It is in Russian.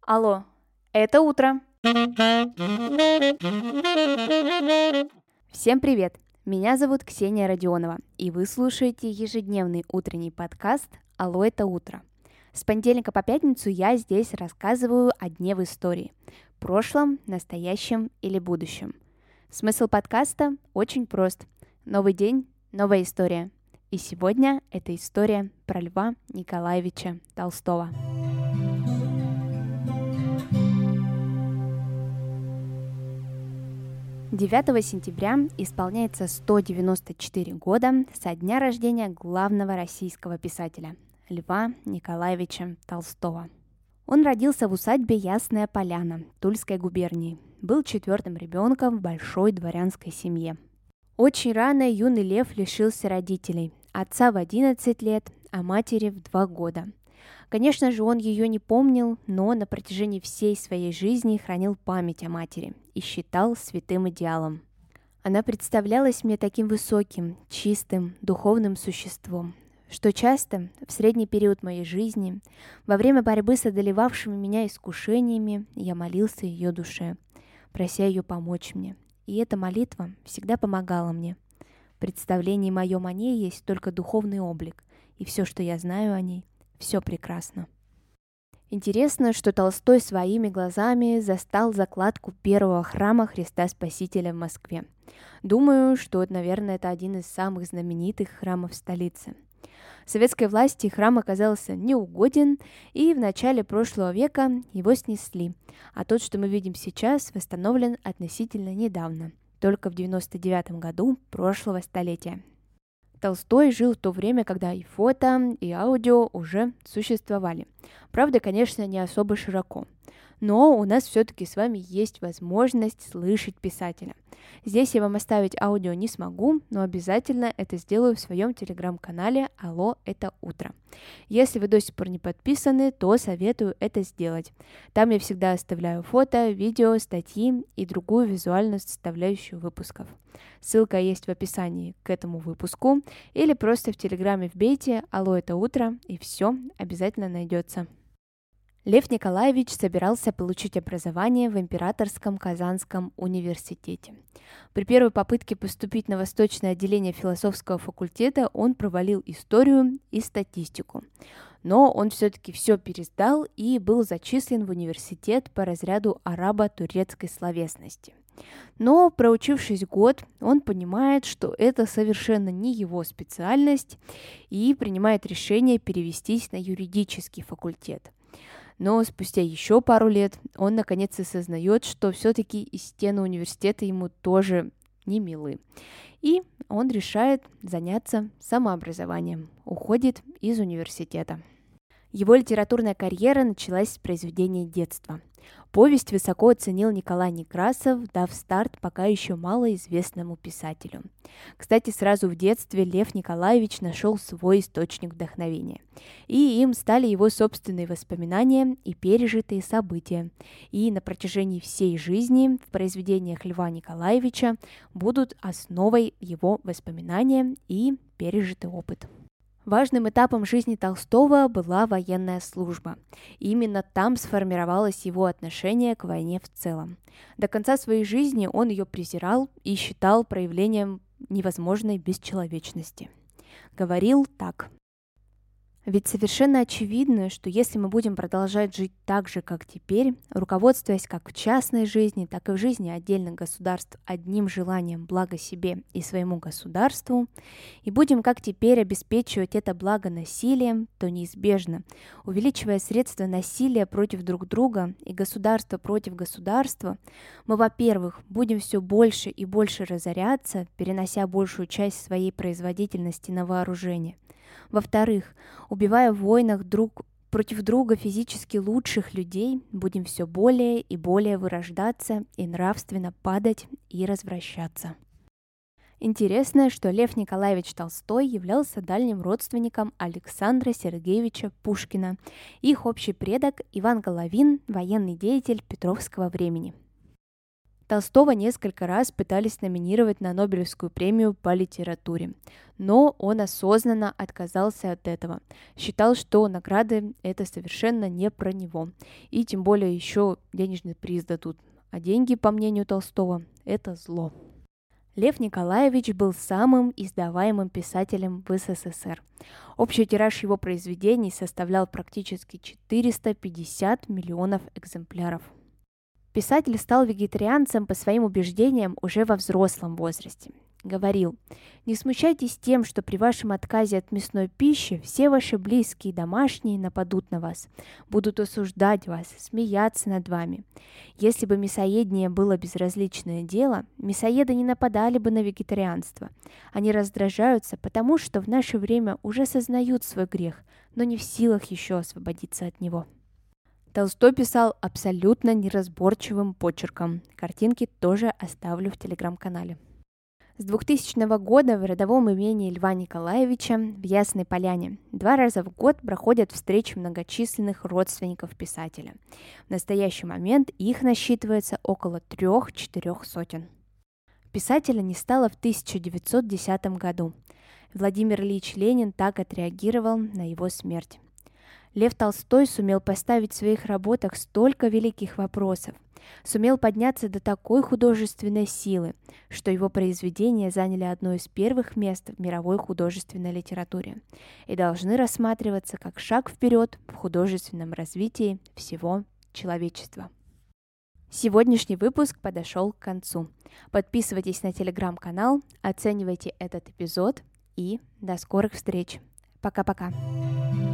Алло, это утро. Всем привет! Меня зовут Ксения Родионова, и вы слушаете ежедневный утренний подкаст «Алло, это утро». С понедельника по пятницу я здесь рассказываю о дне в истории – прошлом, настоящем или будущем. Смысл подкаста очень прост. Новый день – новая история. И сегодня это история про Льва Николаевича Толстого. «9 сентября исполняется 194 года со дня рождения главного российского писателя Льва Николаевича Толстого. Он родился в усадьбе Ясная Поляна Тульской губернии. Был четвертым ребенком в большой дворянской семье. Очень рано юный Лев лишился родителей, отца в 11 лет, а матери в 2 года. Конечно же, он ее не помнил, но на протяжении всей своей жизни хранил память о матери и считал святым идеалом. Она представлялась мне таким высоким, чистым, духовным существом, что часто в средний период моей жизни, во время борьбы с одолевавшими меня искушениями, я молился ее душе, прося ее помочь мне. И эта молитва всегда помогала мне. Представление моем о ней есть только духовный облик, и все, что я знаю о ней, все прекрасно. Интересно, что Толстой своими глазами застал закладку первого храма Христа Спасителя в Москве. Думаю, что, наверное, это один из самых знаменитых храмов столицы. Советской власти храм оказался неугоден, и в начале прошлого века его снесли, а тот, что мы видим сейчас, восстановлен относительно недавно, только в 99 году прошлого столетия. Толстой жил в то время, когда и фото, и аудио уже существовали. Правда, конечно, не особо широко. Но у нас все-таки с вами есть возможность слышать писателя. Здесь я вам оставить аудио не смогу, но обязательно это сделаю в своем телеграм-канале «Алло, это утро». Если вы до сих пор не подписаны, то советую это сделать. Там я всегда оставляю фото, видео, статьи и другую визуальную составляющую выпусков. Ссылка есть в описании к этому выпуску или просто в телеграме вбейте «Алло, это утро» и все обязательно найдется. Лев Николаевич собирался получить образование в Императорском Казанском университете. При первой попытке поступить на восточное отделение философского факультета он провалил историю и статистику. Но он все-таки все пересдал и был зачислен в университет по разряду арабо-турецкой словесности. Но, проучившись год, он понимает, что это совершенно не его специальность и принимает решение перевестись на юридический факультет. Но спустя еще пару лет он наконец осознает, что все-таки и стены университета ему тоже не милы. И он решает заняться самообразованием, уходит из университета. Его литературная карьера началась с произведения детства. Повесть высоко оценил Николай Некрасов, дав старт пока еще малоизвестному писателю. Кстати, сразу в детстве Лев Николаевич нашел свой источник вдохновения. И им стали его собственные воспоминания и пережитые события. И на протяжении всей жизни в произведениях Льва Николаевича будут основой его воспоминания и пережитый опыт. Важным этапом жизни Толстого была военная служба. И именно там сформировалось его отношение к войне в целом. До конца своей жизни он ее презирал и считал проявлением невозможной бесчеловечности. Говорил так: «Ведь совершенно очевидно, что если мы будем продолжать жить так же, как теперь, руководствуясь как в частной жизни, так и в жизни отдельных государств одним желанием блага себе и своему государству, и будем как теперь обеспечивать это благо насилием, то неизбежно, увеличивая средства насилия против друг друга и государства против государства, мы, во-первых, будем все больше и больше разоряться, перенося большую часть своей производительности на вооружение. Во-вторых, убивая в войнах друг против друга физически лучших людей, будем все более и более вырождаться и нравственно падать и развращаться». Интересно, что Лев Николаевич Толстой являлся дальним родственником Александра Сергеевича Пушкина. Их общий предок Иван Головин – военный деятель петровского времени. Толстого несколько раз пытались номинировать на Нобелевскую премию по литературе, но он осознанно отказался от этого. Считал, что награды – это совершенно не про него, и тем более еще денежный приз дадут. А деньги, по мнению Толстого, это зло. Лев Николаевич был самым издаваемым писателем в СССР. Общий тираж его произведений составлял практически 450 миллионов экземпляров. Писатель стал вегетарианцем по своим убеждениям уже во взрослом возрасте. Говорил: «Не смущайтесь тем, что при вашем отказе от мясной пищи все ваши близкие и домашние нападут на вас, будут осуждать вас, смеяться над вами. Если бы мясоедение было безразличное дело, мясоеды не нападали бы на вегетарианство. Они раздражаются, потому что в наше время уже сознают свой грех, но не в силах еще освободиться от него». Толстой писал абсолютно неразборчивым почерком. Картинки тоже оставлю в телеграм-канале. С 2000 года в родовом имении Льва Николаевича в Ясной Поляне 2 раза в год проходят встречи многочисленных родственников писателя. В настоящий момент их насчитывается около 3-4 сотен. Писателя не стало в 1910 году. Владимир Ильич Ленин так отреагировал на его смерть. Лев Толстой сумел поставить в своих работах столько великих вопросов, сумел подняться до такой художественной силы, что его произведения заняли одно из первых мест в мировой художественной литературе и должны рассматриваться как шаг вперед в художественном развитии всего человечества. Сегодняшний выпуск подошел к концу. Подписывайтесь на телеграм-канал, оценивайте этот эпизод и до скорых встреч. Пока-пока.